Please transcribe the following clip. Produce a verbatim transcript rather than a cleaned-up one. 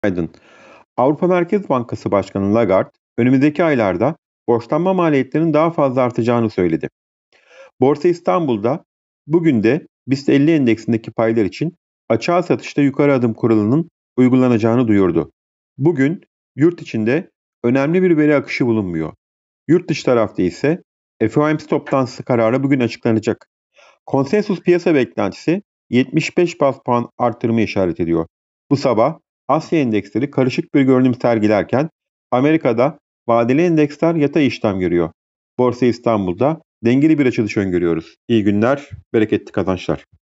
Günaydın. Avrupa Merkez Bankası Başkanı Lagarde, önümüzdeki aylarda borçlanma maliyetlerinin daha fazla artacağını söyledi. Borsa İstanbul'da bugün de BIST elli endeksindeki paylar için açığa satışta yukarı adım kuralının uygulanacağını duyurdu. Bugün yurt içinde önemli bir veri akışı bulunmuyor. Yurt dışı tarafta ise F O M C toplantısı kararı bugün açıklanacak. Konsensus piyasa beklentisi yetmiş beş baz puan artırımı işaret ediyor. Bu sabah Asya endeksleri karışık bir görünüm sergilerken Amerika'da vadeli endeksler yatay işlem görüyor. Borsa İstanbul'da dengeli bir açılış öngörüyoruz. İyi günler, bereketli kazançlar.